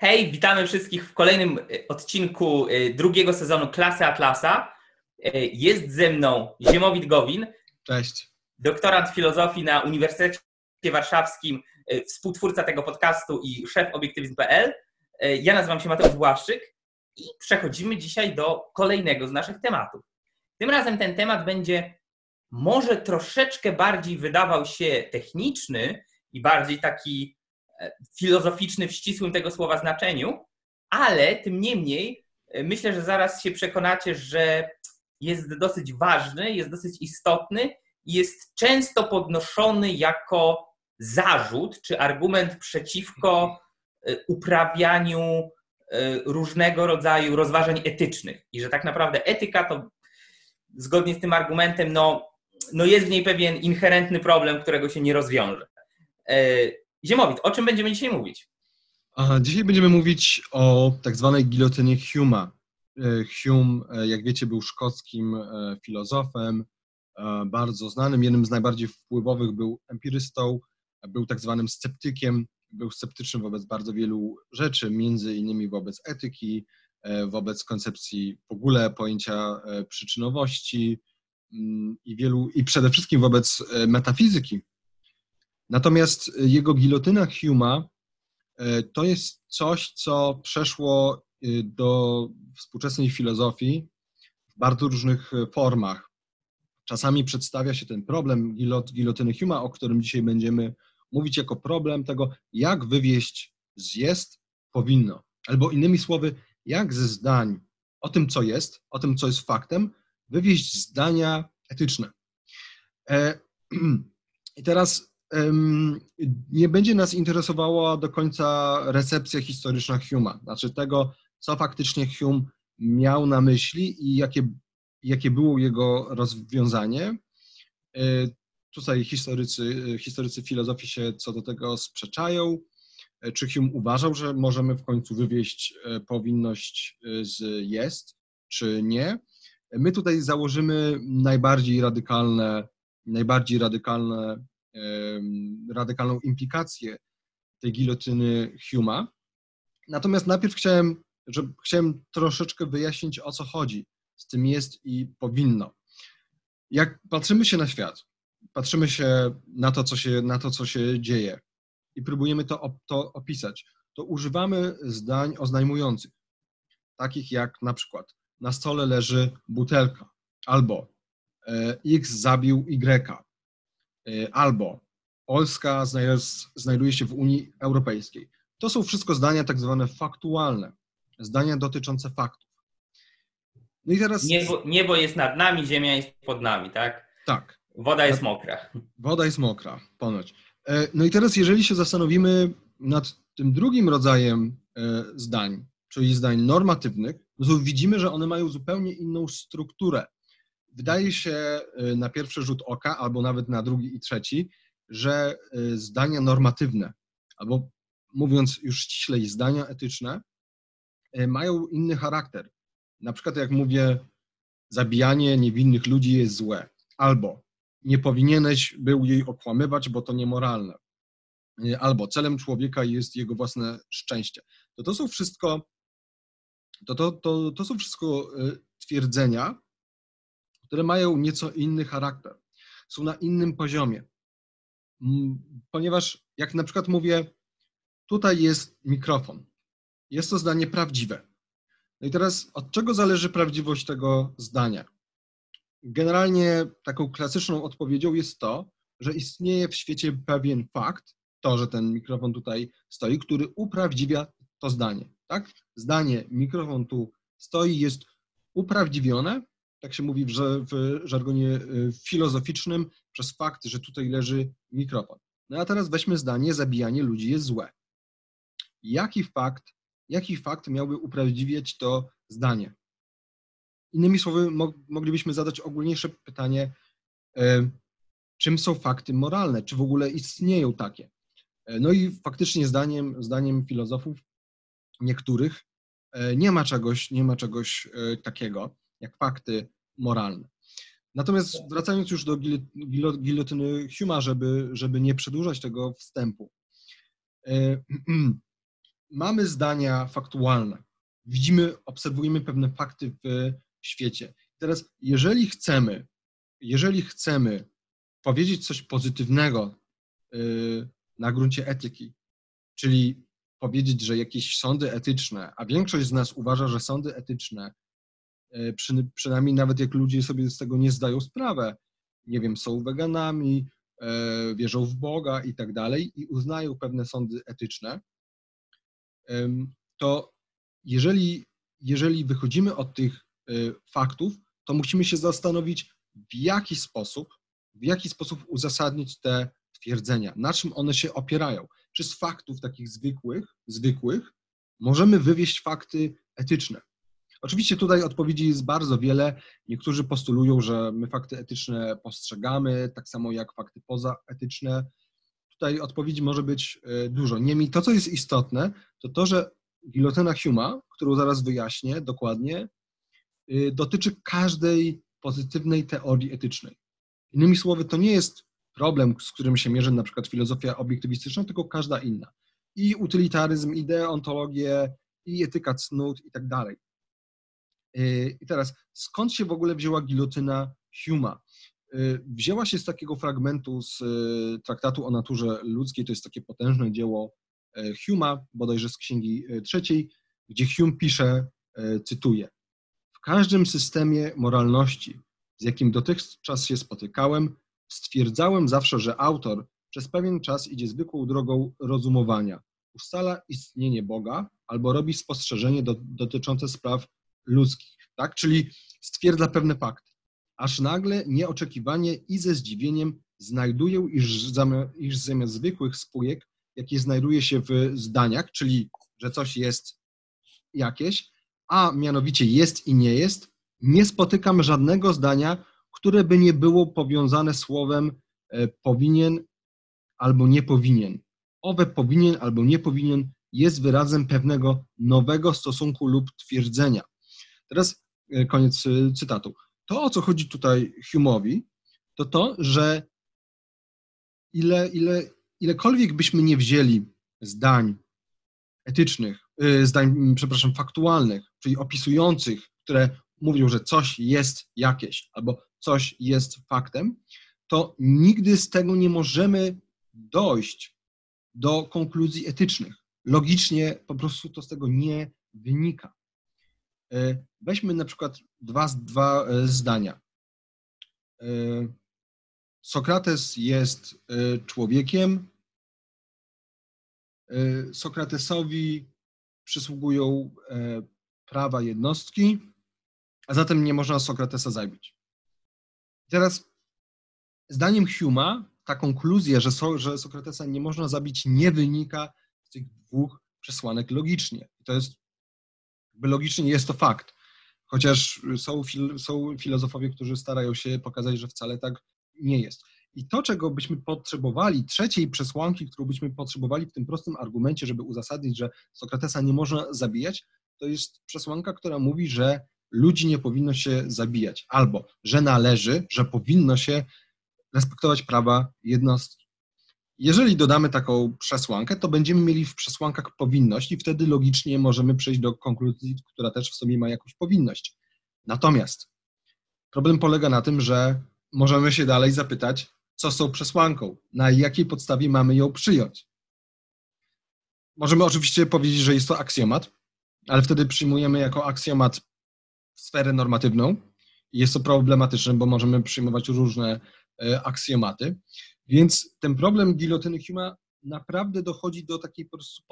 Hej, witamy wszystkich w kolejnym odcinku drugiego sezonu Klasy Atlasa. Jest ze mną Ziemowit Gowin. Cześć. Doktorant filozofii na Uniwersytecie Warszawskim, współtwórca tego podcastu i szef obiektywizm.pl. Ja nazywam się Mateusz Błaszczyk i przechodzimy dzisiaj do kolejnego z naszych tematów. Tym razem ten temat będzie może troszeczkę bardziej wydawał się techniczny i bardziej taki filozoficzny w ścisłym tego słowa znaczeniu, ale tym niemniej myślę, że zaraz się przekonacie, że jest dosyć ważny, jest dosyć istotny i jest często podnoszony jako zarzut czy argument przeciwko uprawianiu różnego rodzaju rozważań etycznych i że tak naprawdę etyka to zgodnie z tym argumentem jest w niej pewien inherentny problem, którego się nie rozwiąże. Ziemowit, o czym będziemy dzisiaj mówić? Dzisiaj będziemy mówić o tak zwanej gilotynie Hume'a. Hume, jak wiecie, był szkockim filozofem, bardzo znanym, jednym z najbardziej wpływowych, był empirystą, był tak zwanym sceptykiem, był sceptyczny wobec bardzo wielu rzeczy, między innymi wobec etyki, wobec koncepcji w ogóle pojęcia przyczynowości i przede wszystkim wobec metafizyki. Natomiast jego gilotyna Hume'a to jest coś, co przeszło do współczesnej filozofii w bardzo różnych formach. Czasami przedstawia się ten problem gilotyny Hume'a, o którym dzisiaj będziemy mówić, jako problem tego, jak wywieść z jest powinno. Albo innymi słowy, jak ze zdań o tym, co jest faktem, wywieźć zdania etyczne. I teraz nie będzie nas interesowała do końca recepcja historyczna Hume'a, znaczy tego, co faktycznie Hume miał na myśli i jakie było jego rozwiązanie. Tutaj historycy filozofii się co do tego sprzeczają. Czy Hume uważał, że możemy w końcu wywieźć powinność z jest, czy nie? My tutaj założymy radykalną implikację tej gilotyny Hume'a. Natomiast najpierw chciałem troszeczkę wyjaśnić, o co chodzi z tym jest i powinno. Jak patrzymy się na świat, patrzymy się na to, co się dzieje i próbujemy to opisać, to używamy zdań oznajmujących, takich jak na przykład na stole leży butelka, albo X zabił Y, albo Polska znajduje się w Unii Europejskiej. To są wszystko zdania tak zwane faktualne, zdania dotyczące faktów. No i teraz... Niebo jest nad nami, ziemia jest pod nami, tak? Tak. Woda jest mokra. Woda jest mokra, ponoć. No i teraz, jeżeli się zastanowimy nad tym drugim rodzajem zdań, czyli zdań normatywnych, no to widzimy, że one mają zupełnie inną strukturę. Wydaje się na pierwszy rzut oka, albo nawet na drugi i trzeci, że zdania normatywne, albo mówiąc już ściślej, zdania etyczne, mają inny charakter. Na przykład jak mówię, zabijanie niewinnych ludzi jest złe, albo nie powinieneś był jej okłamywać, bo to niemoralne, albo celem człowieka jest jego własne szczęście. To są wszystko twierdzenia, które mają nieco inny charakter, są na innym poziomie. Ponieważ jak na przykład mówię, tutaj jest mikrofon, jest to zdanie prawdziwe. No i teraz od czego zależy prawdziwość tego zdania? Generalnie taką klasyczną odpowiedzią jest to, że istnieje w świecie pewien fakt, to, że ten mikrofon tutaj stoi, który uprawdziwia to zdanie. Tak? Zdanie, mikrofon tu stoi, jest uprawdziwione, tak się mówi w żargonie filozoficznym, przez fakt, że tutaj leży mikrofon. No a teraz weźmy zdanie, zabijanie ludzi jest złe. Jaki fakt miałby uprawdziwiać to zdanie? Innymi słowy, moglibyśmy zadać ogólniejsze pytanie, czym są fakty moralne, czy w ogóle istnieją takie? No i faktycznie zdaniem filozofów niektórych nie ma czegoś takiego jak fakty moralne. Natomiast wracając już do gilotyny Hume'a, żeby nie przedłużać tego wstępu. mamy zdania faktualne. Widzimy, obserwujemy pewne fakty w świecie. Teraz, jeżeli chcemy powiedzieć coś pozytywnego na gruncie etyki, czyli powiedzieć, że jakieś sądy etyczne, a większość z nas uważa, że sądy etyczne, przynajmniej nawet jak ludzie sobie z tego nie zdają sprawę, nie wiem, są weganami, wierzą w Boga i tak dalej i uznają pewne sądy etyczne, to jeżeli wychodzimy od tych faktów, to musimy się zastanowić, w jaki sposób uzasadnić te twierdzenia, na czym one się opierają. Czy z faktów takich zwykłych możemy wywieść fakty etyczne? Oczywiście tutaj odpowiedzi jest bardzo wiele. Niektórzy postulują, że my fakty etyczne postrzegamy, tak samo jak fakty pozaetyczne. Tutaj odpowiedzi może być dużo. Niemniej to, co jest istotne, to to, że gilotyna Humea, którą zaraz wyjaśnię dokładnie, dotyczy każdej pozytywnej teorii etycznej. Innymi słowy, to nie jest problem, z którym się mierzy na przykład filozofia obiektywistyczna, tylko każda inna. I utylitaryzm, i deontologię, i etyka cnót i tak dalej. I teraz, skąd się w ogóle wzięła gilotyna Humea? Wzięła się z takiego fragmentu z traktatu o naturze ludzkiej, to jest takie potężne dzieło Humea, bodajże z Księgi III, gdzie Hume pisze, cytuję: w każdym systemie moralności, z jakim dotychczas się spotykałem, stwierdzałem zawsze, że autor przez pewien czas idzie zwykłą drogą rozumowania, ustala istnienie Boga albo robi spostrzeżenie dotyczące spraw ludzkich, tak? Czyli stwierdza pewne fakty, aż nagle nieoczekiwanie i ze zdziwieniem znajduję, iż zamiast zwykłych spójek, jakie znajduje się w zdaniach, czyli że coś jest jakieś, a mianowicie jest i nie jest, nie spotykam żadnego zdania, które by nie było powiązane słowem powinien albo nie powinien. Owe powinien albo nie powinien jest wyrazem pewnego nowego stosunku lub twierdzenia. Teraz koniec cytatu. To, o co chodzi tutaj Hume'owi, to to, że ilekolwiek byśmy nie wzięli zdań etycznych, faktualnych, czyli opisujących, które mówią, że coś jest jakieś albo coś jest faktem, to nigdy z tego nie możemy dojść do konkluzji etycznych. Logicznie po prostu to z tego nie wynika. Weźmy na przykład dwa zdania. Sokrates jest człowiekiem. Sokratesowi przysługują prawa jednostki, a zatem nie można Sokratesa zabić. Teraz zdaniem Hume'a ta konkluzja, że Sokratesa nie można zabić, nie wynika z tych dwóch przesłanek logicznie. To jest, logicznie jest to fakt. Chociaż są filozofowie, którzy starają się pokazać, że wcale tak nie jest. I to, czego byśmy potrzebowali, trzeciej przesłanki, którą byśmy potrzebowali w tym prostym argumencie, żeby uzasadnić, że Sokratesa nie można zabijać, to jest przesłanka, która mówi, że ludzi nie powinno się zabijać, albo że należy, że powinno się respektować prawa jednostki. Jeżeli dodamy taką przesłankę, to będziemy mieli w przesłankach powinność i wtedy logicznie możemy przejść do konkluzji, która też w sobie ma jakąś powinność. Natomiast problem polega na tym, że możemy się dalej zapytać, co z tą przesłanką, na jakiej podstawie mamy ją przyjąć. Możemy oczywiście powiedzieć, że jest to aksjomat, ale wtedy przyjmujemy jako aksjomat sferę normatywną i jest to problematyczne, bo możemy przyjmować różne aksjomaty. Więc ten problem gilotyny Humea naprawdę dochodzi do takiej po prostu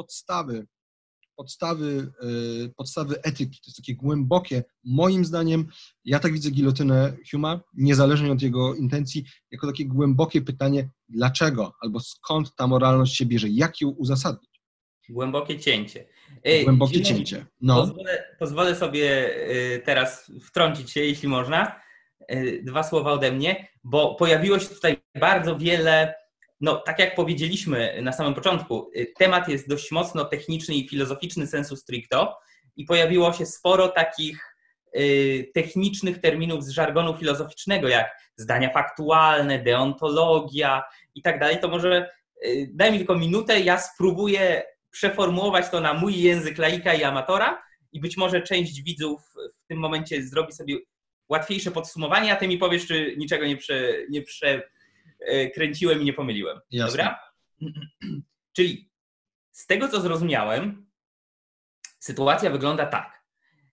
podstawy etyki. To jest takie głębokie, moim zdaniem, ja tak widzę gilotynę Humea, niezależnie od jego intencji, jako takie głębokie pytanie, dlaczego albo skąd ta moralność się bierze, jak ją uzasadnić. Głębokie cięcie. Głębokie cięcie. No. Pozwolę sobie teraz wtrącić się, jeśli można. 2 słowa ode mnie, bo pojawiło się tutaj bardzo wiele, tak jak powiedzieliśmy na samym początku, temat jest dość mocno techniczny i filozoficzny sensu stricto i pojawiło się sporo takich technicznych terminów z żargonu filozoficznego, jak zdania faktualne, deontologia i tak dalej. To może daj mi tylko minutę, ja spróbuję przeformułować to na mój język laika i amatora i być może część widzów w tym momencie zrobi sobie łatwiejsze podsumowanie, a ty mi powiesz, czy niczego nie przekręciłem i nie pomyliłem. Jasne. Dobra? Czyli z tego, co zrozumiałem, sytuacja wygląda tak.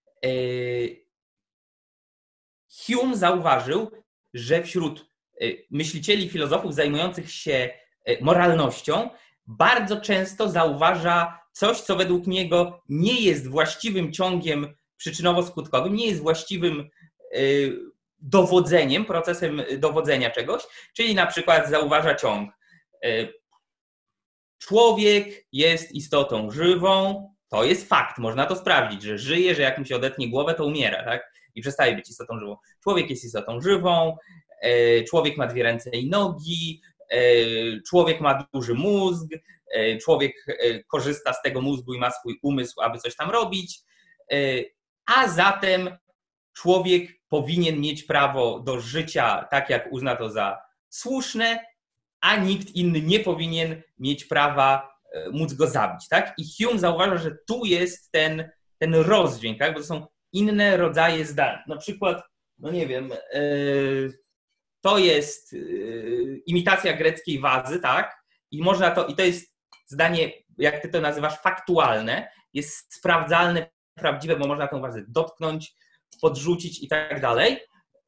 Hume zauważył, że wśród myślicieli, filozofów zajmujących się moralnością bardzo często zauważa coś, co według niego nie jest właściwym ciągiem przyczynowo-skutkowym, nie jest właściwym dowodzeniem, procesem dowodzenia czegoś, czyli na przykład zauważa ciąg. Człowiek jest istotą żywą, to jest fakt, można to sprawdzić, że żyje, że jak mu się odetnie głowę, to umiera, tak? I przestaje być istotą żywą. Człowiek jest istotą żywą, człowiek ma 2 ręce i nogi, człowiek ma duży mózg, człowiek korzysta z tego mózgu i ma swój umysł, aby coś tam robić, a zatem człowiek powinien mieć prawo do życia tak, jak uzna to za słuszne, a nikt inny nie powinien mieć prawa móc go zabić. Tak? I Hume zauważa, że tu jest ten rozdźwięk, tak? Bo to są inne rodzaje zdań. Na przykład, no nie wiem, to jest imitacja greckiej wazy, tak? I to jest zdanie, jak ty to nazywasz, faktualne, jest sprawdzalne, prawdziwe, bo można tę wazę dotknąć, podrzucić i tak dalej.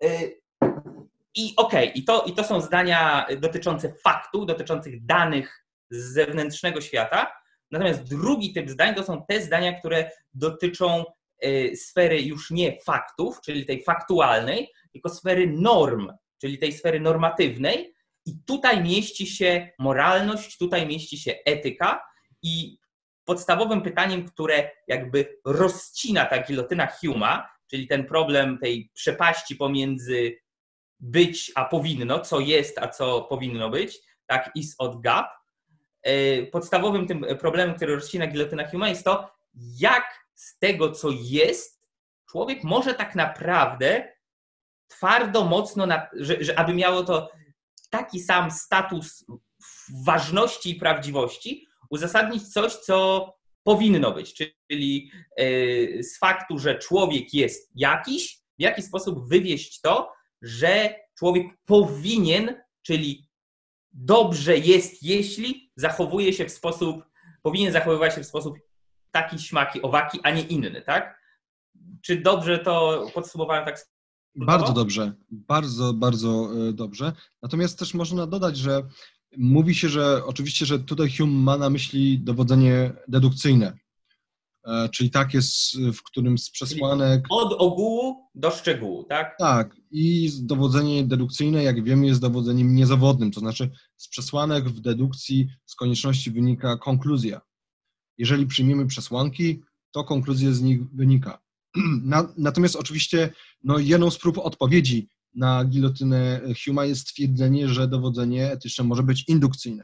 I i to są zdania dotyczące faktu, dotyczących danych z zewnętrznego świata. Natomiast drugi typ zdań to są te zdania, które dotyczą sfery już nie faktów, czyli tej faktualnej, tylko sfery norm, czyli tej sfery normatywnej. I tutaj mieści się moralność, tutaj mieści się etyka i podstawowym pytaniem, które jakby rozcina ta gilotyna Hume'a, czyli ten problem tej przepaści pomiędzy być a powinno, co jest, a co powinno być, tak, is od gap. Podstawowym tym problemem, który rozcina gilotyna Hume'a jest to, jak z tego, co jest, człowiek może tak naprawdę twardo, mocno, że aby miało to taki sam status ważności i prawdziwości, uzasadnić coś, co powinno być, czyli z faktu, że człowiek jest jakiś, w jaki sposób wywieść to, że człowiek powinien, czyli dobrze jest, jeśli powinien zachowywać się w sposób taki, śmaki, owaki, a nie inny, tak? Czy dobrze to podsumowałem tak skrótowo? Bardzo dobrze, bardzo, bardzo dobrze. Natomiast też można dodać, że mówi się, że oczywiście, że tutaj Hume ma na myśli dowodzenie dedukcyjne, czyli tak jest, w którym z przesłanek... Czyli od ogółu do szczegółu, tak? Tak, i dowodzenie dedukcyjne, jak wiemy, jest dowodzeniem niezawodnym, to znaczy z przesłanek w dedukcji z konieczności wynika konkluzja. Jeżeli przyjmiemy przesłanki, to konkluzja z nich wynika. Natomiast oczywiście jedną z prób odpowiedzi na gilotynę Hume'a jest stwierdzenie, że dowodzenie etyczne może być indukcyjne.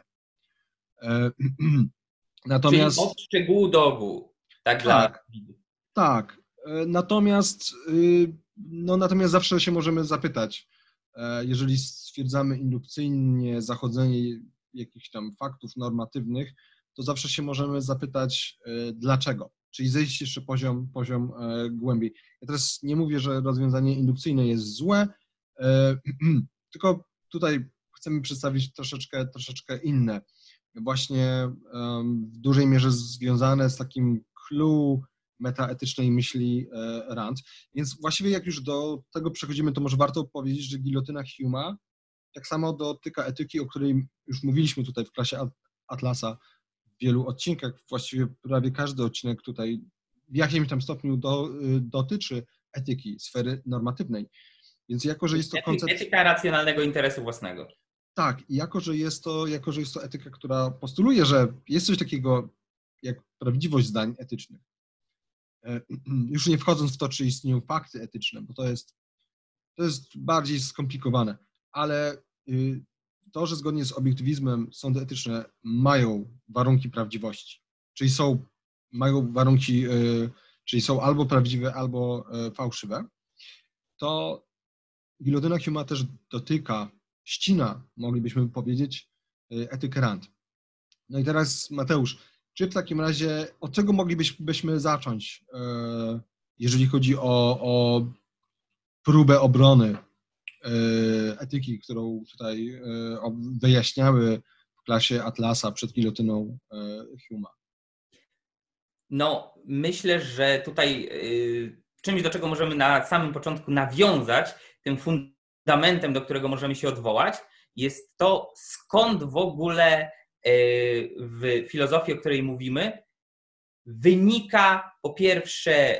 Natomiast... Czyli od szczegółu do ogółu. Tak. Natomiast zawsze się możemy zapytać, jeżeli stwierdzamy indukcyjnie zachodzenie jakichś tam faktów normatywnych, to zawsze się możemy zapytać, dlaczego. Czyli zejść jeszcze poziom głębiej. Ja teraz nie mówię, że rozwiązanie indukcyjne jest złe, tylko tutaj chcemy przedstawić troszeczkę inne. Właśnie w dużej mierze związane z takim clue metaetycznej myśli Rand. Więc właściwie jak już do tego przechodzimy, to może warto powiedzieć, że gilotyna Hume'a tak samo dotyka etyki, o której już mówiliśmy tutaj w klasie Atlasa w wielu odcinkach. Właściwie prawie każdy odcinek tutaj w jakimś tam stopniu dotyczy etyki, sfery normatywnej. Więc jako, że jest to koncept... Etyka racjonalnego interesu własnego. Tak, i jako, że jest to etyka, która postuluje, że jest coś takiego jak prawdziwość zdań etycznych, już nie wchodząc w to, czy istnieją fakty etyczne, bo to jest bardziej skomplikowane, ale to, że zgodnie z obiektywizmem sądy etyczne mają warunki prawdziwości, czyli są albo prawdziwe, albo fałszywe, to gilotyna Hume'a też ścina, moglibyśmy powiedzieć, etykę Rand. No i teraz, Mateusz, Czy w takim razie, od czego moglibyśmy zacząć, jeżeli chodzi o próbę obrony etyki, którą tutaj wyjaśniały w klasie Atlasa przed gilotyną Huma? No, myślę, że tutaj czymś, do czego możemy na samym początku nawiązać, tym fundamentem, do którego możemy się odwołać, jest to, skąd w ogóle w filozofii, o której mówimy, wynika po pierwsze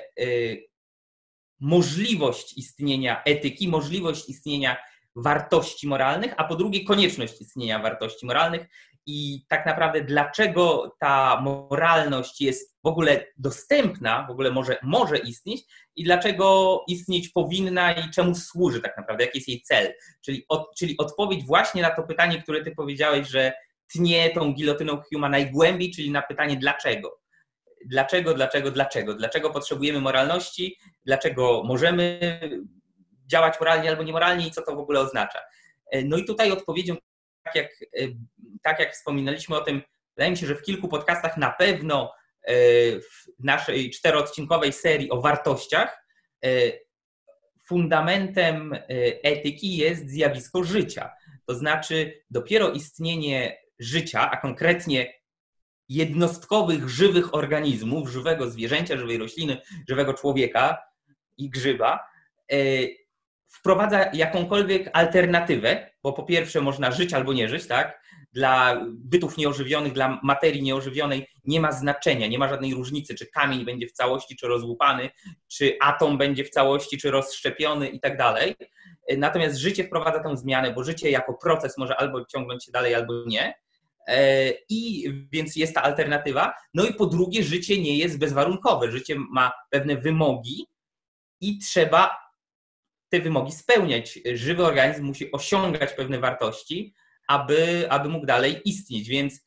możliwość istnienia etyki, możliwość istnienia wartości moralnych, a po drugie konieczność istnienia wartości moralnych i tak naprawdę dlaczego ta moralność jest w ogóle dostępna, w ogóle może istnieć i dlaczego istnieć powinna i czemu służy tak naprawdę, jaki jest jej cel. Czyli odpowiedź właśnie na to pytanie, które ty powiedziałeś, że tnie tą gilotyną Huma najgłębiej, czyli na pytanie dlaczego. Dlaczego potrzebujemy moralności, dlaczego możemy działać moralnie albo niemoralnie i co to w ogóle oznacza. No i tutaj odpowiedzią, tak jak wspominaliśmy o tym, wydaje mi się, że w kilku podcastach na pewno w naszej 4-odcinkowej serii o wartościach fundamentem etyki jest zjawisko życia. To znaczy dopiero istnienie życia, a konkretnie jednostkowych, żywych organizmów, żywego zwierzęcia, żywej rośliny, żywego człowieka i grzyba, wprowadza jakąkolwiek alternatywę, bo po pierwsze można żyć albo nie żyć, tak? Dla bytów nieożywionych, dla materii nieożywionej nie ma znaczenia, nie ma żadnej różnicy, czy kamień będzie w całości, czy rozłupany, czy atom będzie w całości, czy rozszczepiony i tak dalej. Natomiast życie wprowadza tę zmianę, bo życie jako proces może albo ciągnąć się dalej, albo nie. I więc jest ta alternatywa. No i po drugie, życie nie jest bezwarunkowe. Życie ma pewne wymogi i trzeba te wymogi spełniać. Żywy organizm musi osiągać pewne wartości, aby mógł dalej istnieć. Więc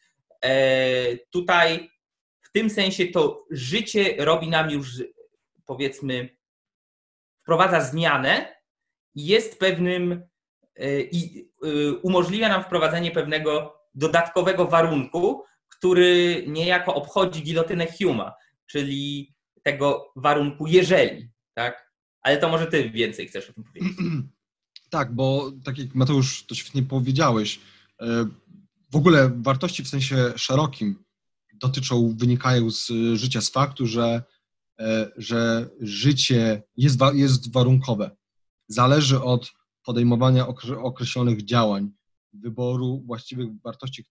tutaj w tym sensie to życie robi nam już, powiedzmy, wprowadza zmianę i jest pewnym i umożliwia nam wprowadzenie pewnego dodatkowego warunku, który niejako obchodzi gilotynę Huma, czyli tego warunku jeżeli, tak? Ale to może ty więcej chcesz o tym powiedzieć. Tak, bo tak jak Mateusz to świetnie powiedziałeś, w ogóle wartości w sensie szerokim wynikają z życia, z faktu, że życie jest warunkowe. Zależy od podejmowania określonych działań, wyboru właściwych wartości,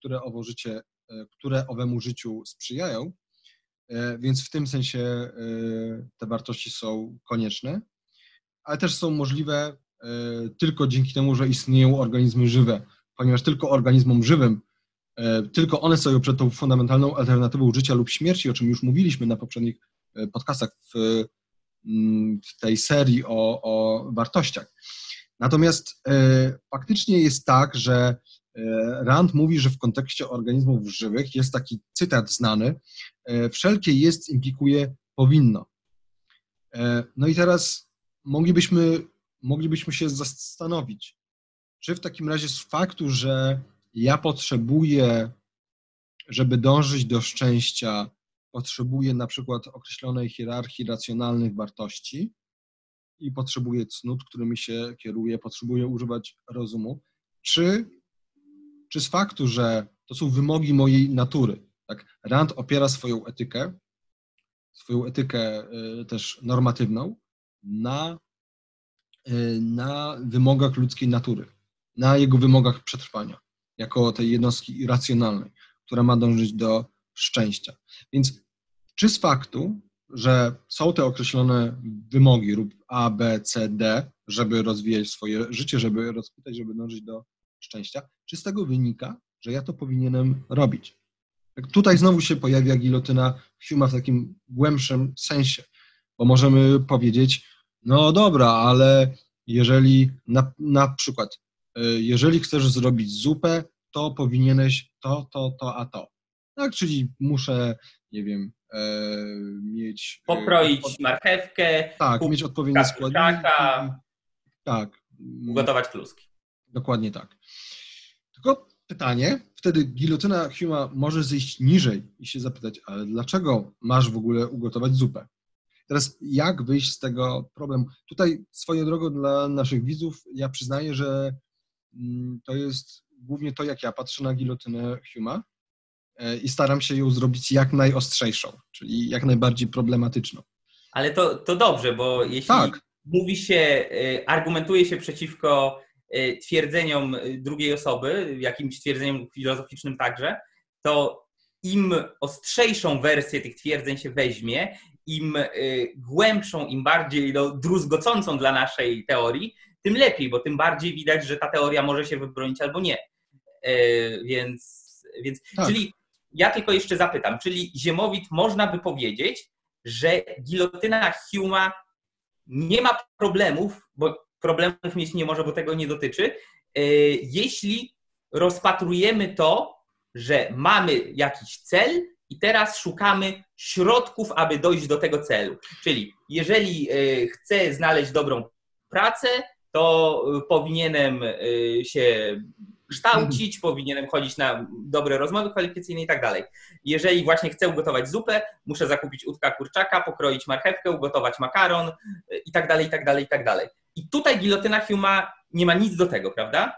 które owemu życiu sprzyjają, więc w tym sensie te wartości są konieczne, ale też są możliwe tylko dzięki temu, że istnieją organizmy żywe, ponieważ tylko organizmom żywym, tylko one stoją przed tą fundamentalną alternatywą życia lub śmierci, o czym już mówiliśmy na poprzednich podcastach w tej serii o wartościach. Natomiast faktycznie jest tak, że Rand mówi, że w kontekście organizmów żywych jest taki cytat znany: wszelkie jest implikuje powinno. No i teraz moglibyśmy się zastanowić, czy w takim razie z faktu, że ja potrzebuję, żeby dążyć do szczęścia, potrzebuję na przykład określonej hierarchii racjonalnych wartości i potrzebuję cnót, którymi się kieruję, potrzebuję używać rozumu, czy z faktu, że to są wymogi mojej natury, tak? Rand opiera swoją etykę też normatywną na wymogach ludzkiej natury, na jego wymogach przetrwania, jako tej jednostki irracjonalnej, która ma dążyć do szczęścia. Więc czy z faktu, że są te określone wymogi lub A, B, C, D, żeby rozwijać swoje życie, żeby rozkwitać, żeby dążyć do szczęścia, czy z tego wynika, że ja to powinienem robić? Tutaj znowu się pojawia gilotyna Huma w takim głębszym sensie, bo możemy powiedzieć, no dobra, ale jeżeli na przykład, jeżeli chcesz zrobić zupę, to powinieneś a to. Tak, czyli muszę, nie wiem, mieć... Pokroić marchewkę, tak, mieć odpowiednie składniki. Tak. Ugotować kluski. Dokładnie tak. Tylko pytanie, wtedy gilotyna Huma może zejść niżej i się zapytać, ale dlaczego masz w ogóle ugotować zupę? Teraz jak wyjść z tego problemu? Tutaj swoją drogą dla naszych widzów ja przyznaję, że to jest głównie to, jak ja patrzę na gilotynę Huma i staram się ją zrobić jak najostrzejszą, czyli jak najbardziej problematyczną. Ale to dobrze, bo jeśli Tak. mówi się, argumentuje się przeciwko twierdzeniom drugiej osoby, jakimś twierdzeniom filozoficznym także, to im ostrzejszą wersję tych twierdzeń się weźmie, im głębszą, im bardziej druzgocącą dla naszej teorii, tym lepiej, bo tym bardziej widać, że ta teoria może się wybronić albo nie. Więc Tak. Czyli ja tylko jeszcze zapytam, czyli Ziemowit można by powiedzieć, że gilotyna Huma nie ma problemów, bo problemów mieć nie może, bo tego nie dotyczy, jeśli rozpatrujemy to, że mamy jakiś cel i teraz szukamy środków, aby dojść do tego celu. Czyli jeżeli chcę znaleźć dobrą pracę, to powinienem się kształcić, powinienem chodzić na dobre rozmowy kwalifikacyjne i tak dalej. Jeżeli właśnie chcę ugotować zupę, muszę zakupić udka kurczaka, pokroić marchewkę, ugotować makaron i tak dalej, i tak dalej, i tak dalej. I tutaj gilotyna Huma nie ma nic do tego, prawda?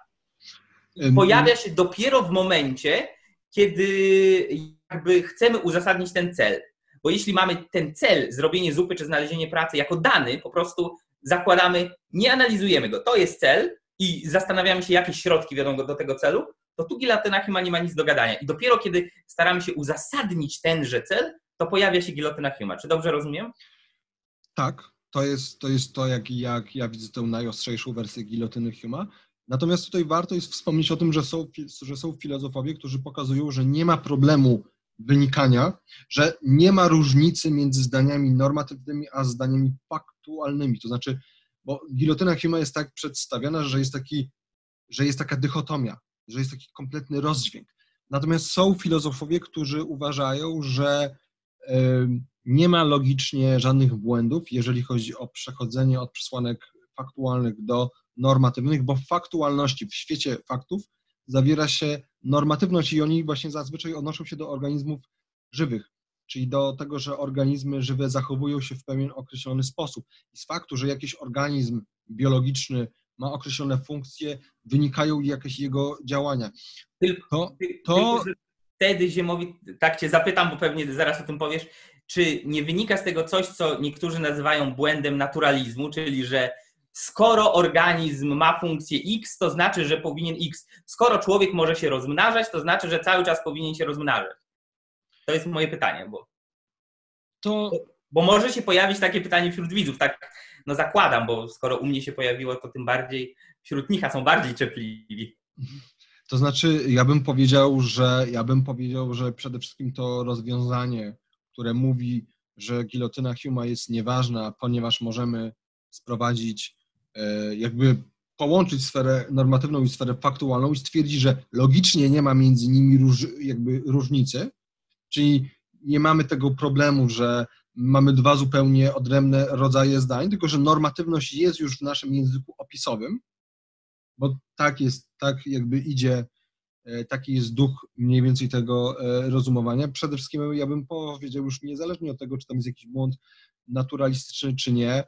Pojawia się dopiero w momencie, kiedy jakby chcemy uzasadnić ten cel. Bo jeśli mamy ten cel, zrobienie zupy czy znalezienie pracy jako dany, po prostu zakładamy, nie analizujemy go, to jest cel i zastanawiamy się, jakie środki wiodą go do tego celu, to tu gilotyna Huma nie ma nic do gadania. I dopiero kiedy staramy się uzasadnić tenże cel, to pojawia się gilotyna Huma. Czy dobrze rozumiem? Tak, to jest to, jak ja widzę tę najostrzejszą wersję gilotyny Huma. Natomiast tutaj warto jest wspomnieć o tym, że są filozofowie, którzy pokazują, że nie ma problemu wynikania, że nie ma różnicy między zdaniami normatywnymi a zdaniami faktualnymi. To znaczy, bo gilotyna Huma jest tak przedstawiana, że jest taka dychotomia, że jest taki kompletny rozdźwięk. Natomiast są filozofowie, którzy uważają, że nie ma logicznie żadnych błędów, jeżeli chodzi o przechodzenie od przesłanek faktualnych do normatywnych, bo w faktualności, w świecie faktów zawiera się normatywność i oni właśnie zazwyczaj odnoszą się do organizmów żywych, czyli do tego, że organizmy żywe zachowują się w pewien określony sposób. I z faktu, że jakiś organizm biologiczny ma określone funkcje, wynikają jakieś jego działania. Tylko, że wtedy Ziemowit, tak cię zapytam, bo pewnie zaraz o tym powiesz, czy nie wynika z tego coś, co niektórzy nazywają błędem naturalizmu, czyli że skoro organizm ma funkcję X, to znaczy, że powinien X. Skoro człowiek może się rozmnażać, to znaczy, że cały czas powinien się rozmnażać. To jest moje pytanie, bo może się pojawić takie pytanie wśród widzów, tak no zakładam, bo skoro u mnie się pojawiło, to tym bardziej wśród nich są bardziej czepliwi. To znaczy, ja bym powiedział, że przede wszystkim to rozwiązanie, które mówi, że gilotyna Huma jest nieważna, ponieważ możemy sprowadzić, jakby połączyć sferę normatywną i sferę faktualną i stwierdzić, że logicznie nie ma między nimi różnicy, czyli nie mamy tego problemu, że mamy dwa zupełnie odrębne rodzaje zdań, tylko że normatywność jest już w naszym języku opisowym, bo tak jakby idzie, taki jest duch mniej więcej tego rozumowania. Przede wszystkim ja bym powiedział już niezależnie od tego, czy tam jest jakiś błąd naturalistyczny, czy nie,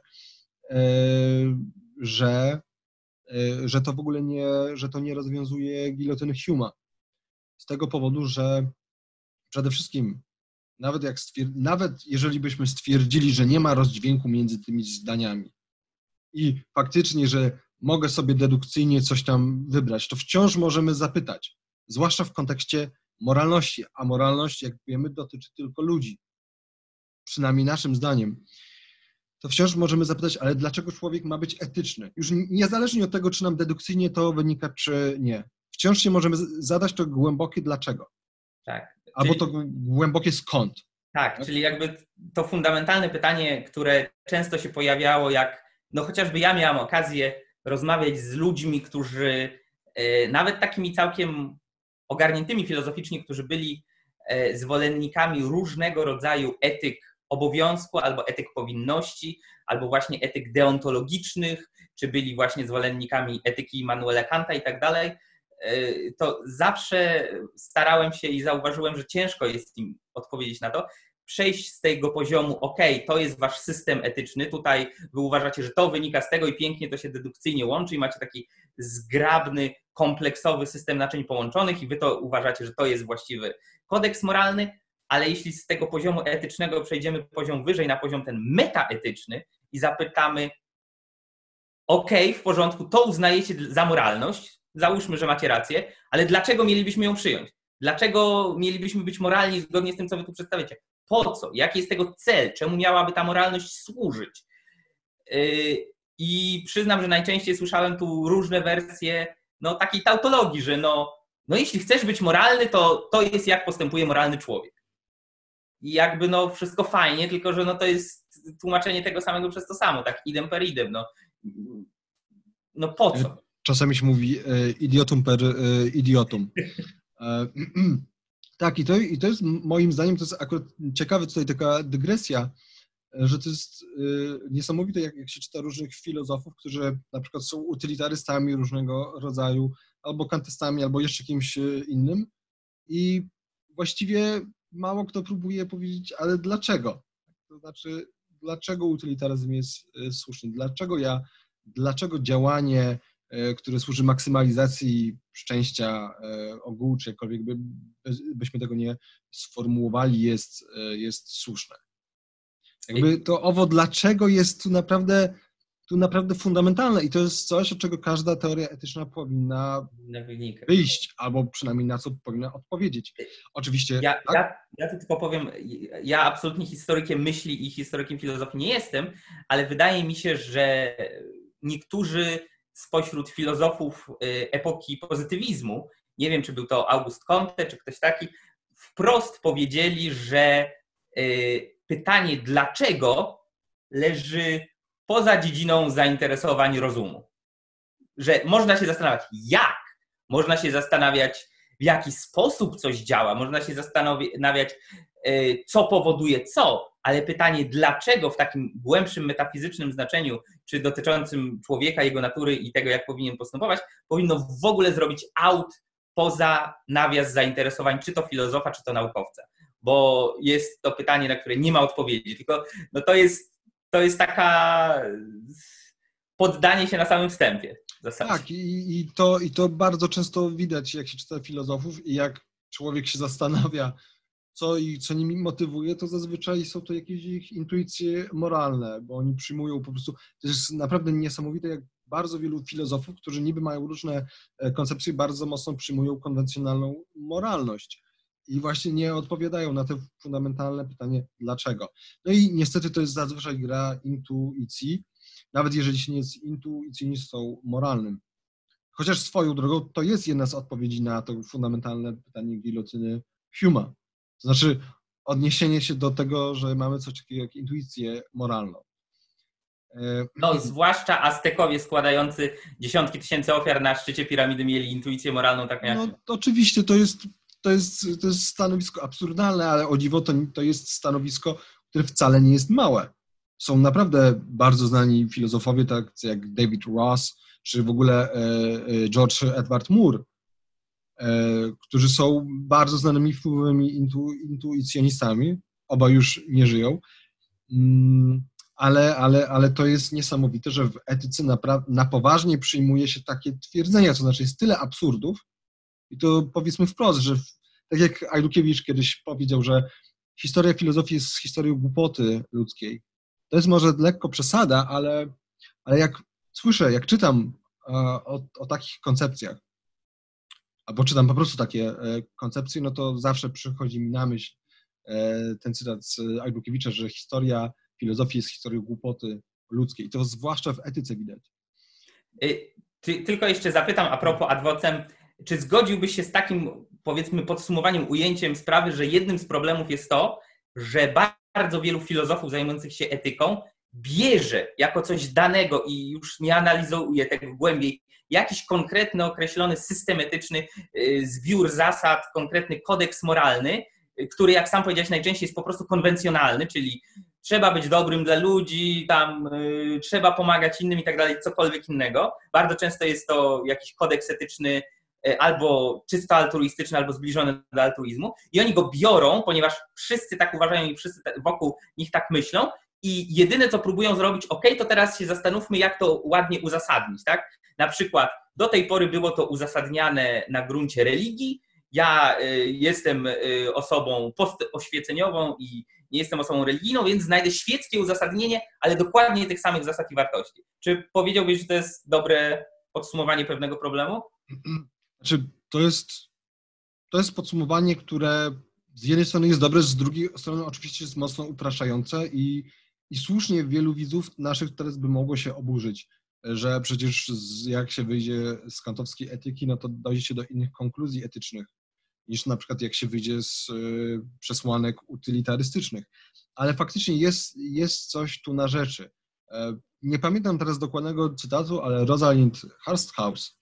że to w ogóle nie rozwiązuje gilotyny Huma. Z tego powodu, że przede wszystkim nawet jeżeli byśmy stwierdzili, że nie ma rozdźwięku między tymi zdaniami i faktycznie, że mogę sobie dedukcyjnie coś tam wybrać, to wciąż możemy zapytać, zwłaszcza w kontekście moralności, a moralność, jak wiemy, dotyczy tylko ludzi, przynajmniej naszym zdaniem, to wciąż możemy zapytać, ale dlaczego człowiek ma być etyczny? Już niezależnie od tego, czy nam dedukcyjnie to wynika, czy nie. Wciąż się możemy zadać to głębokie dlaczego. Tak. Albo to głębokie skąd. Tak, czyli jakby to fundamentalne pytanie, które często się pojawiało, jak no chociażby ja miałam okazję rozmawiać z ludźmi, którzy nawet takimi całkiem ogarniętymi filozoficznie, którzy byli zwolennikami różnego rodzaju etyk obowiązku albo etyk powinności, albo właśnie etyk deontologicznych, czy byli właśnie zwolennikami etyki Immanuela Kanta i tak dalej, to zawsze starałem się i zauważyłem, że ciężko jest im odpowiedzieć na to, przejść z tego poziomu, ok, to jest wasz system etyczny, tutaj wy uważacie, że to wynika z tego i pięknie to się dedukcyjnie łączy i macie taki zgrabny, kompleksowy system naczyń połączonych i wy to uważacie, że to jest właściwy kodeks moralny, ale jeśli z tego poziomu etycznego przejdziemy poziom wyżej na poziom ten metaetyczny i zapytamy, ok, w porządku, to uznajecie za moralność, załóżmy, że macie rację, ale dlaczego mielibyśmy ją przyjąć? Dlaczego mielibyśmy być moralni zgodnie z tym, co wy tu przedstawiacie? Po co? Jaki jest tego cel? Czemu miałaby ta moralność służyć? I przyznam, że najczęściej słyszałem tu różne wersje takiej tautologii, że jeśli chcesz być moralny, to jest jak postępuje moralny człowiek. I jakby wszystko fajnie, tylko że to jest tłumaczenie tego samego przez to samo, tak idem per idem. Po co? Czasami się mówi idiotum per idiotum. Tak, i to jest moim zdaniem, to jest akurat ciekawe tutaj taka dygresja, że to jest niesamowite, jak się czyta różnych filozofów, którzy na przykład są utylitarystami różnego rodzaju, albo kantystami, albo jeszcze kimś innym i właściwie mało kto próbuje powiedzieć, ale dlaczego? To znaczy, dlaczego utylitaryzm jest słuszny? Dlaczego działanie, które służy maksymalizacji szczęścia ogółu, czy jakkolwiek byśmy tego nie sformułowali, jest słuszne? Jakby to dlaczego jest tu naprawdę fundamentalne i to jest coś, od czego każda teoria etyczna powinna wyjść, albo przynajmniej na co powinna odpowiedzieć. Oczywiście. Ja tu tylko powiem, ja absolutnie historykiem myśli i historykiem filozofii nie jestem, ale wydaje mi się, że niektórzy spośród filozofów epoki pozytywizmu, nie wiem, czy był to August Comte, czy ktoś taki, wprost powiedzieli, że pytanie dlaczego leży poza dziedziną zainteresowań rozumu. Że można się zastanawiać jak, można się zastanawiać w jaki sposób coś działa, można się zastanawiać co powoduje co, ale pytanie dlaczego w takim głębszym metafizycznym znaczeniu, czy dotyczącym człowieka, jego natury i tego jak powinien postępować, powinno w ogóle zrobić poza nawias zainteresowań, czy to filozofa, czy to naukowca. Bo jest to pytanie, na które nie ma odpowiedzi, tylko to jest taka poddanie się na samym wstępie. W zasadzie. Tak, i to bardzo często widać, jak się czyta filozofów i jak człowiek się zastanawia, co nimi motywuje, to zazwyczaj są to jakieś ich intuicje moralne, bo oni przyjmują po prostu, to jest naprawdę niesamowite, jak bardzo wielu filozofów, którzy niby mają różne koncepcje, bardzo mocno przyjmują konwencjonalną moralność i właśnie nie odpowiadają na to fundamentalne pytanie dlaczego. No i niestety to jest zazwyczaj gra intuicji, nawet jeżeli się nie jest intuicjonistą moralnym. Chociaż swoją drogą to jest jedna z odpowiedzi na to fundamentalne pytanie gilotyny Huma. To znaczy odniesienie się do tego, że mamy coś takiego jak intuicję moralną. Zwłaszcza Aztekowie składający dziesiątki tysięcy ofiar na szczycie piramidy mieli intuicję moralną taką jak... Oczywiście to jest stanowisko absurdalne, ale o dziwo to jest stanowisko, które wcale nie jest małe. Są naprawdę bardzo znani filozofowie, tak jak David Ross, czy w ogóle George Edward Moore, którzy są bardzo znanymi wpływowymi intuicjonistami, oba już nie żyją, ale to jest niesamowite, że w etyce na poważnie przyjmuje się takie twierdzenia, to znaczy jest tyle absurdów i to powiedzmy wprost, że tak jak Ajdukiewicz kiedyś powiedział, że historia filozofii jest historią głupoty ludzkiej. To jest może lekko przesada, ale jak słyszę, jak czytam o takich koncepcjach, albo czytam po prostu takie koncepcje, no to zawsze przychodzi mi na myśl ten cytat z Ajdukiewicza, że historia filozofii jest historią głupoty ludzkiej. To zwłaszcza w etyce widać. Tylko jeszcze zapytam a propos ad vocem, czy zgodziłbyś się z takim, powiedzmy, podsumowaniem, ujęciem sprawy, że jednym z problemów jest to, że bardzo wielu filozofów zajmujących się etyką bierze jako coś danego i już nie analizuje tego głębiej jakiś konkretny, określony system etyczny, zbiór zasad, konkretny kodeks moralny, który, jak sam powiedziałeś, najczęściej jest po prostu konwencjonalny, czyli trzeba być dobrym dla ludzi, trzeba pomagać innym i tak dalej, cokolwiek innego. Bardzo często jest to jakiś kodeks etyczny albo czysto altruistyczny, albo zbliżony do altruizmu i oni go biorą, ponieważ wszyscy tak uważają i wszyscy wokół nich tak myślą i jedyne, co próbują zrobić, to teraz się zastanówmy, jak to ładnie uzasadnić, tak? Na przykład do tej pory było to uzasadniane na gruncie religii, ja jestem osobą postoświeceniową i nie jestem osobą religijną, więc znajdę świeckie uzasadnienie, ale dokładnie tych samych zasad i wartości. Czy powiedziałbyś, że to jest dobre podsumowanie pewnego problemu? Znaczy, to jest podsumowanie, które z jednej strony jest dobre, z drugiej strony oczywiście jest mocno upraszczające i słusznie wielu widzów naszych teraz by mogło się oburzyć, że przecież jak się wyjdzie z kantowskiej etyki, no to dojdzie się do innych konkluzji etycznych niż na przykład jak się wyjdzie z przesłanek utylitarystycznych. Ale faktycznie jest coś tu na rzeczy. Nie pamiętam teraz dokładnego cytatu, ale Rosalind Hursthouse,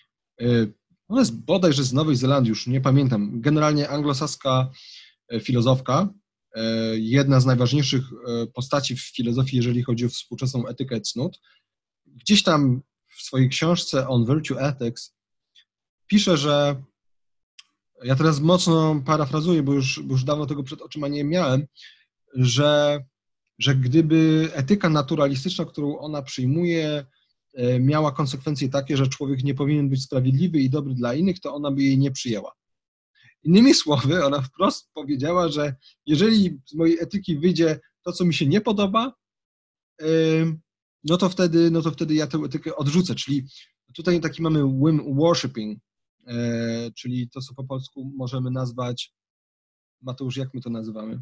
ona jest bodajże z Nowej Zelandii, już nie pamiętam, generalnie anglosaska filozofka, jedna z najważniejszych postaci w filozofii, jeżeli chodzi o współczesną etykę cnót. Gdzieś tam w swojej książce On Virtue Ethics pisze, że, ja teraz mocno parafrazuję, bo już dawno tego przed oczyma nie miałem, że gdyby etyka naturalistyczna, którą ona przyjmuje, miała konsekwencje takie, że człowiek nie powinien być sprawiedliwy i dobry dla innych, to ona by jej nie przyjęła. Innymi słowy, ona wprost powiedziała, że jeżeli z mojej etyki wyjdzie to, co mi się nie podoba, no to wtedy ja tę etykę odrzucę. Czyli tutaj taki mamy whim worshipping, czyli to, co po polsku możemy nazwać, Mateusz, jak my to nazywamy?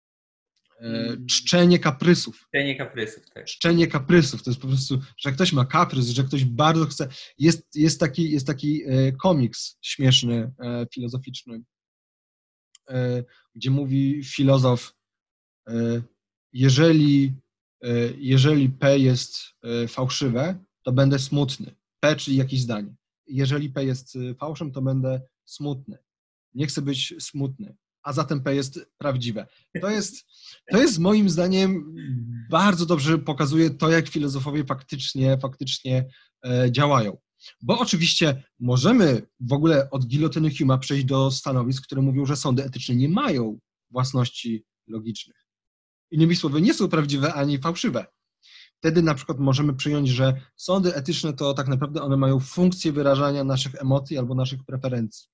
Czczenie kaprysów. Czczenie kaprysów, tak. Czczenie kaprysów. To jest po prostu, że ktoś ma kaprys, że ktoś bardzo chce. Jest taki komiks śmieszny, filozoficzny, gdzie mówi filozof, jeżeli P jest fałszywe, to będę smutny. P, czyli jakieś zdanie. Jeżeli P jest fałszem, to będę smutny. Nie chcę być smutny, a zatem P jest prawdziwe. To jest moim zdaniem bardzo dobrze pokazuje to, jak filozofowie faktycznie działają. Bo oczywiście możemy w ogóle od gilotyny Hume'a przejść do stanowisk, które mówią, że sądy etyczne nie mają własności logicznych. Innymi słowy, nie są prawdziwe ani fałszywe. Wtedy na przykład możemy przyjąć, że sądy etyczne to tak naprawdę one mają funkcję wyrażania naszych emocji albo naszych preferencji.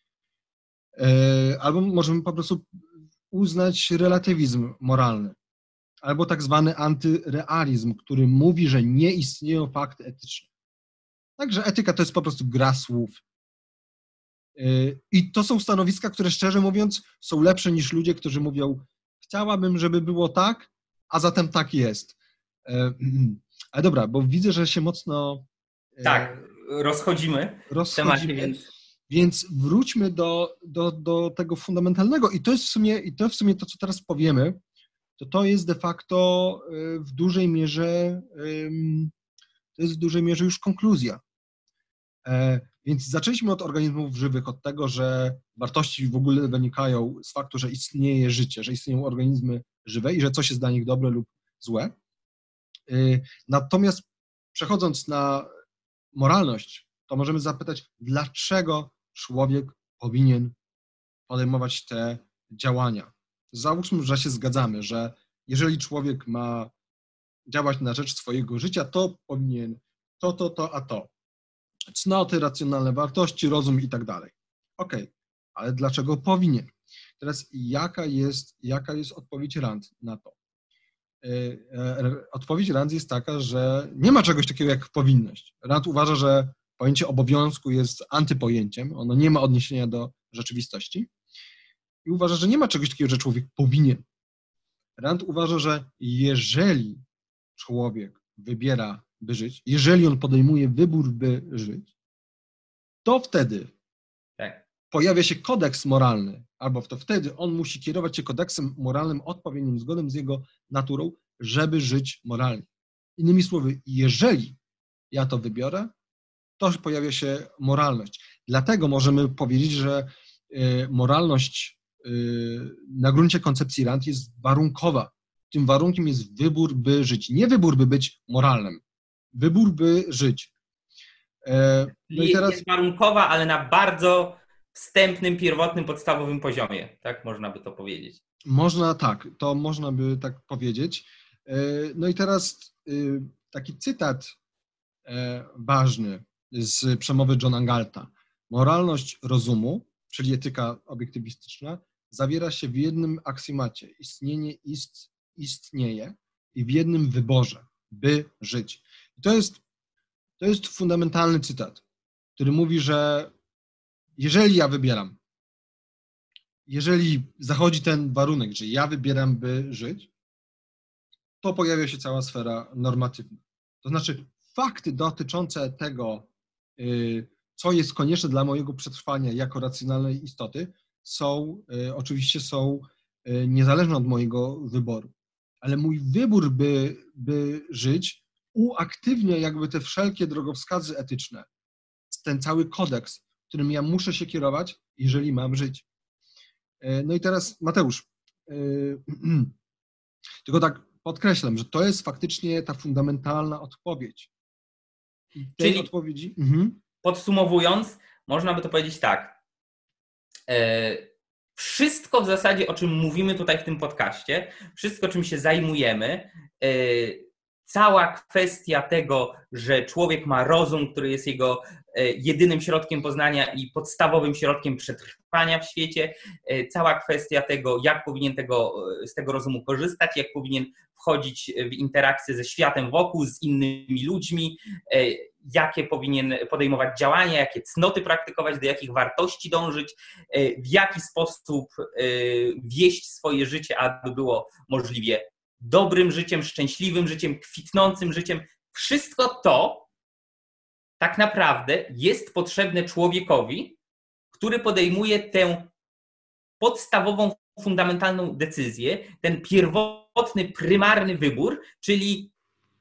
Albo możemy po prostu uznać relatywizm moralny, albo tak zwany antyrealizm, który mówi, że nie istnieją fakty etyczne. Także etyka to jest po prostu gra słów. I to są stanowiska, które szczerze mówiąc są lepsze niż ludzie, którzy mówią, chciałabym, żeby było tak, a zatem tak jest. Ale dobra, bo widzę, że się mocno... Tak, rozchodzimy w temacie, więc wróćmy do tego fundamentalnego. I to jest w sumie to, co teraz powiemy, to jest de facto w dużej mierze już konkluzja. Więc zaczęliśmy od organizmów żywych, od tego, że wartości w ogóle wynikają z faktu, że istnieje życie, że istnieją organizmy żywe i że coś jest dla nich dobre lub złe. Natomiast przechodząc na moralność, to możemy zapytać, dlaczego człowiek powinien podejmować te działania. Załóżmy, że się zgadzamy, że jeżeli człowiek ma działać na rzecz swojego życia, to powinien a to. Cnoty, racjonalne wartości, rozum i tak dalej. Okej, ale dlaczego powinien? Teraz jaka jest odpowiedź Rand na to? Odpowiedź Rand jest taka, że nie ma czegoś takiego jak powinność. Rand uważa, że pojęcie obowiązku jest antypojęciem, ono nie ma odniesienia do rzeczywistości i uważa, że nie ma czegoś takiego, że człowiek powinien. Rand uważa, że jeżeli człowiek wybiera, by żyć, jeżeli on podejmuje wybór, by żyć, to wtedy pojawia się kodeks moralny, albo to wtedy on musi kierować się kodeksem moralnym odpowiednim zgodem z jego naturą, żeby żyć moralnie. Innymi słowy, jeżeli ja to wybiorę, to pojawia się moralność. Dlatego możemy powiedzieć, że moralność na gruncie koncepcji Rand jest warunkowa. Tym warunkiem jest wybór, by żyć. Nie wybór, by być moralnym. Wybór, by żyć. No i teraz jest warunkowa, ale na bardzo wstępnym, pierwotnym, podstawowym poziomie. Tak można by to powiedzieć. To można by tak powiedzieć. No i teraz taki cytat ważny z przemowy Johna Galta. Moralność rozumu, czyli etyka obiektywistyczna, zawiera się w jednym aksjomacie. Istnienie istnieje i w jednym wyborze, by żyć. I to jest fundamentalny cytat, który mówi, że jeżeli ja wybieram, jeżeli zachodzi ten warunek, że ja wybieram, by żyć, to pojawia się cała sfera normatywna. To znaczy fakty dotyczące tego, co jest konieczne dla mojego przetrwania jako racjonalnej istoty, oczywiście są niezależne od mojego wyboru. Ale mój wybór, by żyć, uaktywnia jakby te wszelkie drogowskazy etyczne, ten cały kodeks, którym ja muszę się kierować, jeżeli mam żyć. No i teraz Mateusz, tylko tak podkreślam, że to jest faktycznie ta fundamentalna odpowiedź. I tej Czyli odpowiedzi... Podsumowując, można by to powiedzieć tak. Wszystko w zasadzie, o czym mówimy tutaj w tym podcaście, wszystko, czym się zajmujemy, cała kwestia tego, że człowiek ma rozum, który jest jego jedynym środkiem poznania i podstawowym środkiem przetrwania w świecie, cała kwestia tego, jak powinien z tego rozumu korzystać, jak powinien wchodzić w interakcję ze światem wokół, z innymi ludźmi, jakie powinien podejmować działania, jakie cnoty praktykować, do jakich wartości dążyć, w jaki sposób wieść swoje życie, aby było możliwie dobrym życiem, szczęśliwym życiem, kwitnącym życiem. Wszystko to tak naprawdę jest potrzebne człowiekowi, który podejmuje tę podstawową, fundamentalną decyzję, ten pierwotny, prymarny wybór, czyli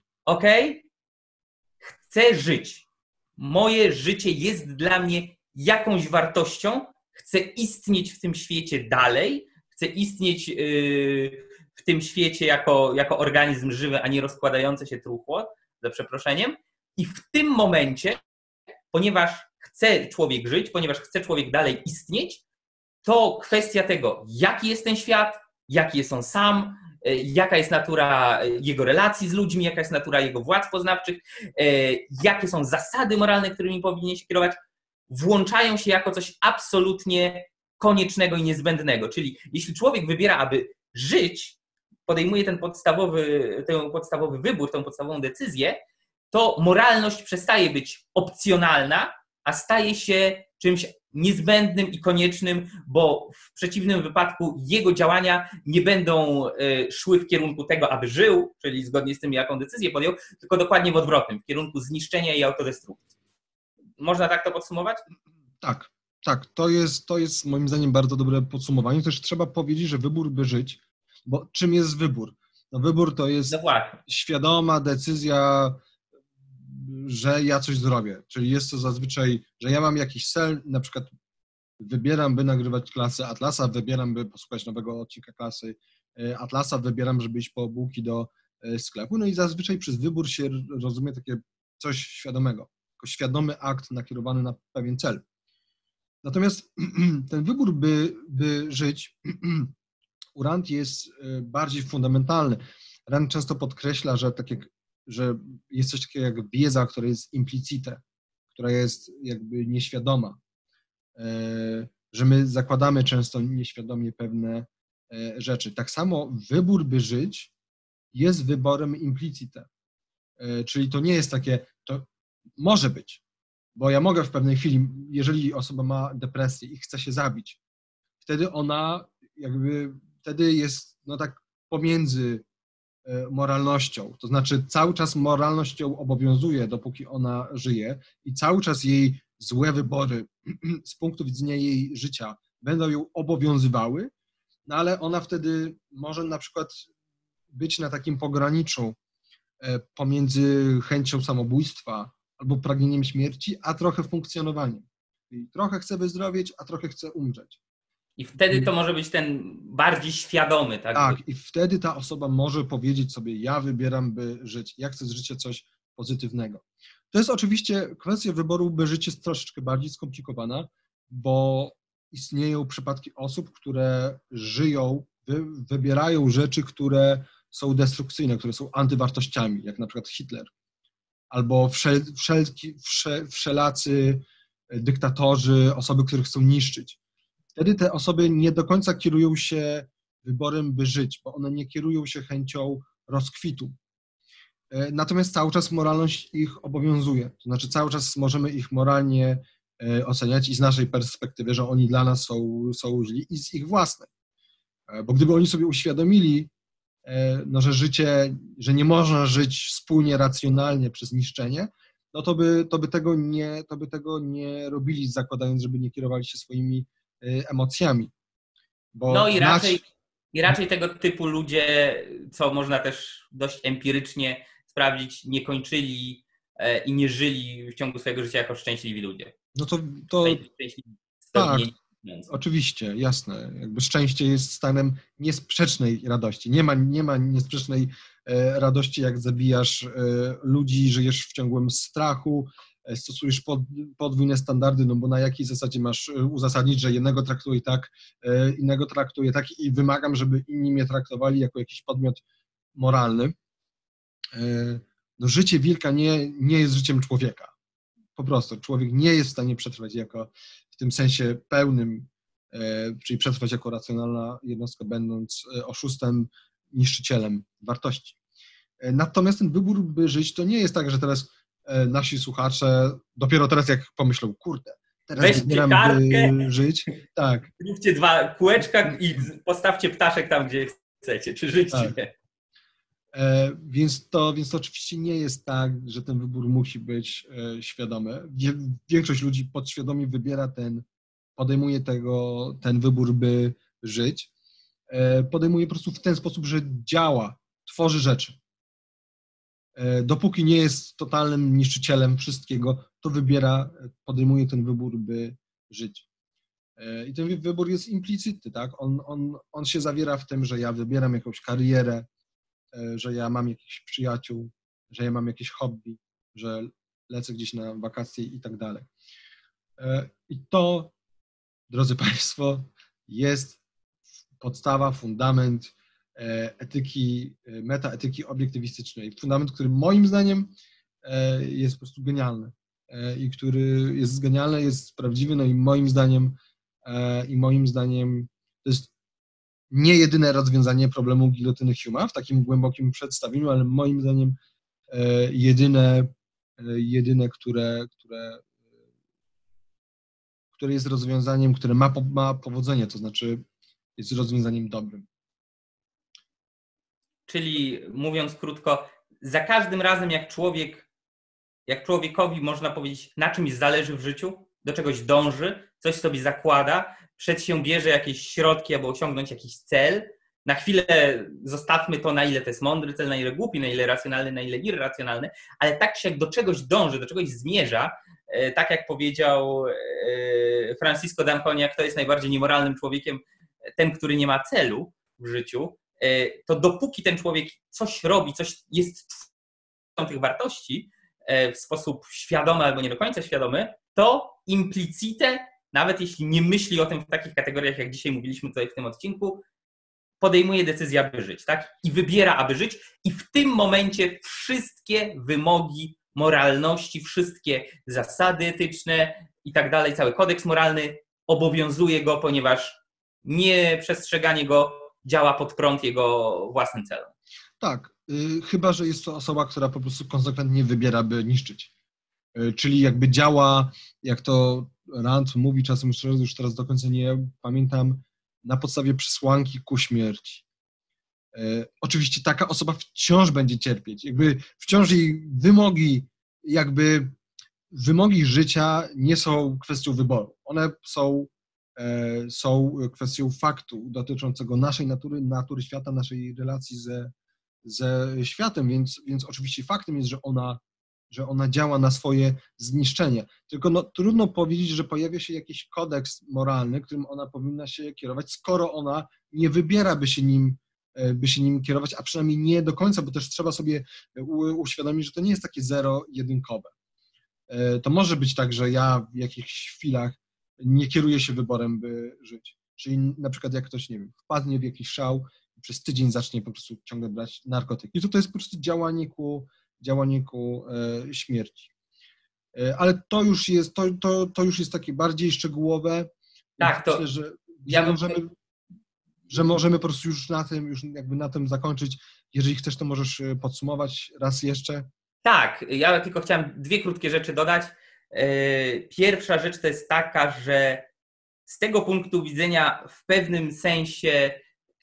chcę żyć. Moje życie jest dla mnie jakąś wartością, chcę istnieć w tym świecie dalej, chcę istnieć w tym świecie jako organizm żywy, a nie rozkładające się truchło, za przeproszeniem. I w tym momencie, ponieważ chce człowiek żyć, ponieważ chce człowiek dalej istnieć, to kwestia tego, jaki jest ten świat, jaki jest on sam, jaka jest natura jego relacji z ludźmi, jaka jest natura jego władz poznawczych, jakie są zasady moralne, którymi powinien się kierować, włączają się jako coś absolutnie koniecznego i niezbędnego. Czyli jeśli człowiek wybiera, aby żyć, podejmuje ten podstawowy wybór, tę podstawową decyzję, to moralność przestaje być opcjonalna, a staje się czymś niezbędnym i koniecznym, bo w przeciwnym wypadku jego działania nie będą szły w kierunku tego, aby żył, czyli zgodnie z tym, jaką decyzję podjął, tylko dokładnie w odwrotnym, w kierunku zniszczenia i autodestrukcji. Można tak to podsumować? Tak. To jest moim zdaniem bardzo dobre podsumowanie. Też trzeba powiedzieć, że wybór, by żyć, bo czym jest wybór? No wybór to jest świadoma decyzja, że ja coś zrobię. Czyli jest to zazwyczaj, że ja mam jakiś cel, na przykład wybieram, by nagrywać klasy Atlasa, wybieram, by posłuchać nowego odcinka klasy Atlasa, wybieram, żeby iść po bułki do sklepu. No i zazwyczaj przez wybór się rozumie takie coś świadomego, jako świadomy akt nakierowany na pewien cel. Natomiast ten wybór, by żyć, u Rand jest bardziej fundamentalny. Rand często podkreśla, że jest coś takiego jak wiedza, która jest implicite, która jest jakby nieświadoma, że my zakładamy często nieświadomie pewne rzeczy. Tak samo wybór, by żyć, jest wyborem implicite, czyli to nie jest takie, to może być, bo ja mogę w pewnej chwili, jeżeli osoba ma depresję i chce się zabić, wtedy jest tak pomiędzy moralnością, to znaczy cały czas moralność ją obowiązuje, dopóki ona żyje i cały czas jej złe wybory z punktu widzenia jej życia będą ją obowiązywały, no ale ona wtedy może na przykład być na takim pograniczu pomiędzy chęcią samobójstwa albo pragnieniem śmierci, a trochę funkcjonowaniem. Czyli trochę chce wyzdrowieć, a trochę chce umrzeć. I wtedy to może być ten bardziej świadomy, tak? Tak, i wtedy ta osoba może powiedzieć sobie, ja wybieram, by żyć, ja chcę z życia coś pozytywnego. To jest oczywiście kwestia wyboru, by życie jest troszeczkę bardziej skomplikowana, bo istnieją przypadki osób, które żyją, wybierają rzeczy, które są destrukcyjne, które są antywartościami, jak na przykład Hitler, albo wszelacy dyktatorzy, osoby, które chcą niszczyć. Wtedy te osoby nie do końca kierują się wyborem, by żyć, bo one nie kierują się chęcią rozkwitu. Natomiast cały czas moralność ich obowiązuje. To znaczy cały czas możemy ich moralnie oceniać i z naszej perspektywy, że oni dla nas są źli i z ich własnej. Bo gdyby oni sobie uświadomili, no, że życie, że nie można żyć wspólnie, racjonalnie przez niszczenie, no to by tego nie robili, zakładając, żeby nie kierowali się swoimi emocjami. Bo No i raczej tego typu ludzie, co można też dość empirycznie sprawdzić, nie kończyli i nie żyli w ciągu swojego życia jako szczęśliwi ludzie. No to Szczęśliwi, tak, spełnieni. oczywiście, jasne. Jakby szczęście jest stanem niesprzecznej radości. Nie ma niesprzecznej radości, jak zabijasz ludzi, żyjesz w ciągłym strachu, stosujesz podwójne standardy, no bo na jakiej zasadzie masz uzasadnić, że jednego traktuję tak, innego traktuję tak i wymagam, żeby inni mnie traktowali jako jakiś podmiot moralny. No, życie wilka nie jest życiem człowieka. Po prostu człowiek nie jest w stanie przetrwać jako w tym sensie pełnym, czyli przetrwać jako racjonalna jednostka, będąc oszustem, niszczycielem wartości. Natomiast ten wybór, by żyć, to nie jest tak, że teraz nasi słuchacze dopiero teraz jak pomyślą, kurde, teraz wybieram, by żyć. Tak. Zróbcie 2 kółeczka i postawcie ptaszek tam, gdzie chcecie, czy żyć, tak. czy nie. Więc to oczywiście nie jest tak, że ten wybór musi być świadomy. Większość ludzi podświadomie wybiera podejmuje ten wybór, by żyć. Podejmuje po prostu w ten sposób, że działa, tworzy rzeczy. Dopóki nie jest totalnym niszczycielem wszystkiego, to podejmuje ten wybór, by żyć. I ten wybór jest implicytny, tak? On się zawiera w tym, że ja wybieram jakąś karierę, że ja mam jakichś przyjaciół, że ja mam jakieś hobby, że lecę gdzieś na wakacje i tak dalej. I to, drodzy Państwo, jest podstawa, fundament etyki, metaetyki obiektywistycznej. Fundament, który moim zdaniem jest po prostu genialny i który jest genialny, jest prawdziwy, no i moim zdaniem to jest nie jedyne rozwiązanie problemu gilotyny Hume'a w takim głębokim przedstawieniu, ale moim zdaniem jedyne, które jest rozwiązaniem, które ma powodzenie, to znaczy jest rozwiązaniem dobrym. Czyli mówiąc krótko, za każdym razem jak człowiekowi można powiedzieć, na czymś zależy w życiu, do czegoś dąży, coś sobie zakłada, przedsiębierze jakieś środki, aby osiągnąć jakiś cel. Na chwilę zostawmy to, na ile to jest mądry cel, na ile głupi, na ile racjonalny, na ile irracjonalny, ale tak się jak do czegoś dąży, do czegoś zmierza, tak jak powiedział Francisco d'Anconia, kto jest najbardziej niemoralnym człowiekiem, ten, który nie ma celu w życiu, to dopóki ten człowiek coś robi, coś jest twórcą tych wartości w sposób świadomy albo nie do końca świadomy, to implicite, nawet jeśli nie myśli o tym w takich kategoriach, jak dzisiaj mówiliśmy tutaj w tym odcinku, podejmuje decyzję, aby żyć, tak? I wybiera, aby żyć i w tym momencie wszystkie wymogi moralności, wszystkie zasady etyczne i tak dalej, cały kodeks moralny obowiązuje go, ponieważ nieprzestrzeganie go działa pod prąd jego własnym celom. Tak, chyba że jest to osoba, która po prostu konsekwentnie wybiera, by niszczyć. Czyli jakby działa, jak to Rand mówi czasem, już teraz do końca nie pamiętam, na podstawie przesłanki ku śmierci. Oczywiście taka osoba wciąż będzie cierpieć. Jakby wciąż jej wymogi życia nie są kwestią wyboru. One są kwestią faktu dotyczącego naszej natury świata, naszej relacji ze światem, więc oczywiście faktem jest, że ona działa na swoje zniszczenie. Tylko trudno powiedzieć, że pojawia się jakiś kodeks moralny, którym ona powinna się kierować, skoro ona nie wybiera, by się nim kierować, a przynajmniej nie do końca, bo też trzeba sobie uświadomić, że to nie jest takie zero-jedynkowe. to może być tak, że ja w jakichś chwilach nie kieruję się wyborem, by żyć. Czyli na przykład jak ktoś, nie wiem, wpadnie w jakiś szał i przez tydzień zacznie po prostu ciągle brać narkotyki, to jest po prostu działanie ku śmierci. Ale to już jest takie bardziej szczegółowe. Tak, to myślę, że możemy po prostu już na tym zakończyć. Jeżeli chcesz, to możesz podsumować raz jeszcze. Tak, ja tylko chciałem 2 krótkie rzeczy dodać. Pierwsza rzecz to jest taka, że z tego punktu widzenia w pewnym sensie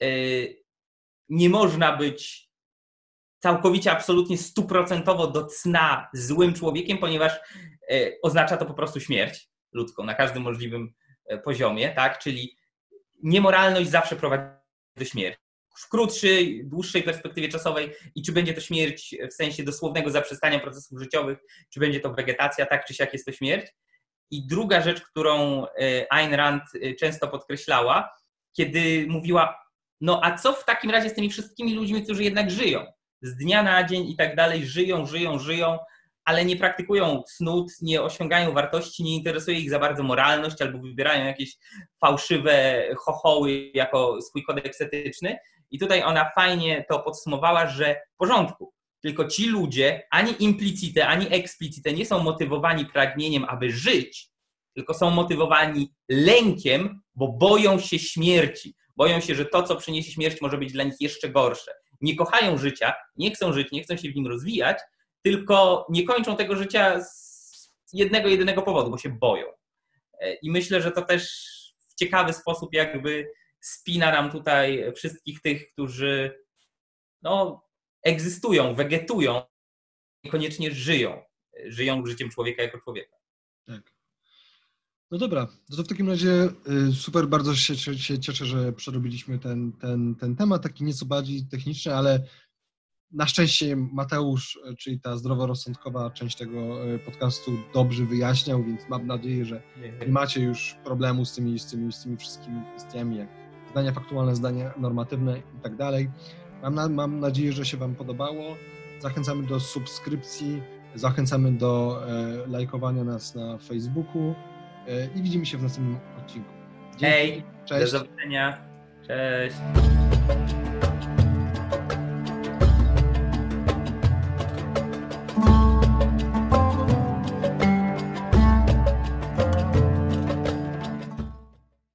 nie można być całkowicie, absolutnie 100% do cna złym człowiekiem, ponieważ oznacza to po prostu śmierć ludzką na każdym możliwym poziomie, tak? Czyli niemoralność zawsze prowadzi do śmierci. W krótszej, dłuższej perspektywie czasowej i czy będzie to śmierć w sensie dosłownego zaprzestania procesów życiowych, czy będzie to wegetacja, tak czy siak jest to śmierć. I druga rzecz, którą Ayn Rand często podkreślała, kiedy mówiła, no a co w takim razie z tymi wszystkimi ludźmi, którzy jednak żyją? Z dnia na dzień i tak dalej, żyją, ale nie praktykują cnót, nie osiągają wartości, nie interesuje ich za bardzo moralność albo wybierają jakieś fałszywe chochoły jako swój kodeks etyczny. I tutaj ona fajnie to podsumowała, że w porządku, tylko ci ludzie ani implicite, ani explicite nie są motywowani pragnieniem, aby żyć, tylko są motywowani lękiem, bo boją się śmierci. Boją się, że to, co przyniesie śmierć, może być dla nich jeszcze gorsze. Nie kochają życia, nie chcą żyć, nie chcą się w nim rozwijać, tylko nie kończą tego życia z jedynego powodu, bo się boją. I myślę, że to też w ciekawy sposób jakby spina nam tutaj wszystkich tych, którzy egzystują, wegetują, niekoniecznie żyją życiem człowieka jako człowieka. Tak. No dobra, to w takim razie super, bardzo się cieszę, że przerobiliśmy ten temat, taki nieco bardziej techniczny, ale na szczęście Mateusz, czyli ta zdroworozsądkowa część tego podcastu dobrze wyjaśniał, więc mam nadzieję, że nie macie już problemu z tymi wszystkimi kwestiami, jak zdania faktualne, zdania normatywne i tak dalej. Mam nadzieję, że się Wam podobało. Zachęcamy do subskrypcji, zachęcamy do lajkowania nas na Facebooku i widzimy się w następnym odcinku. Dzięki. Hej, cześć. Do zobaczenia. Cześć.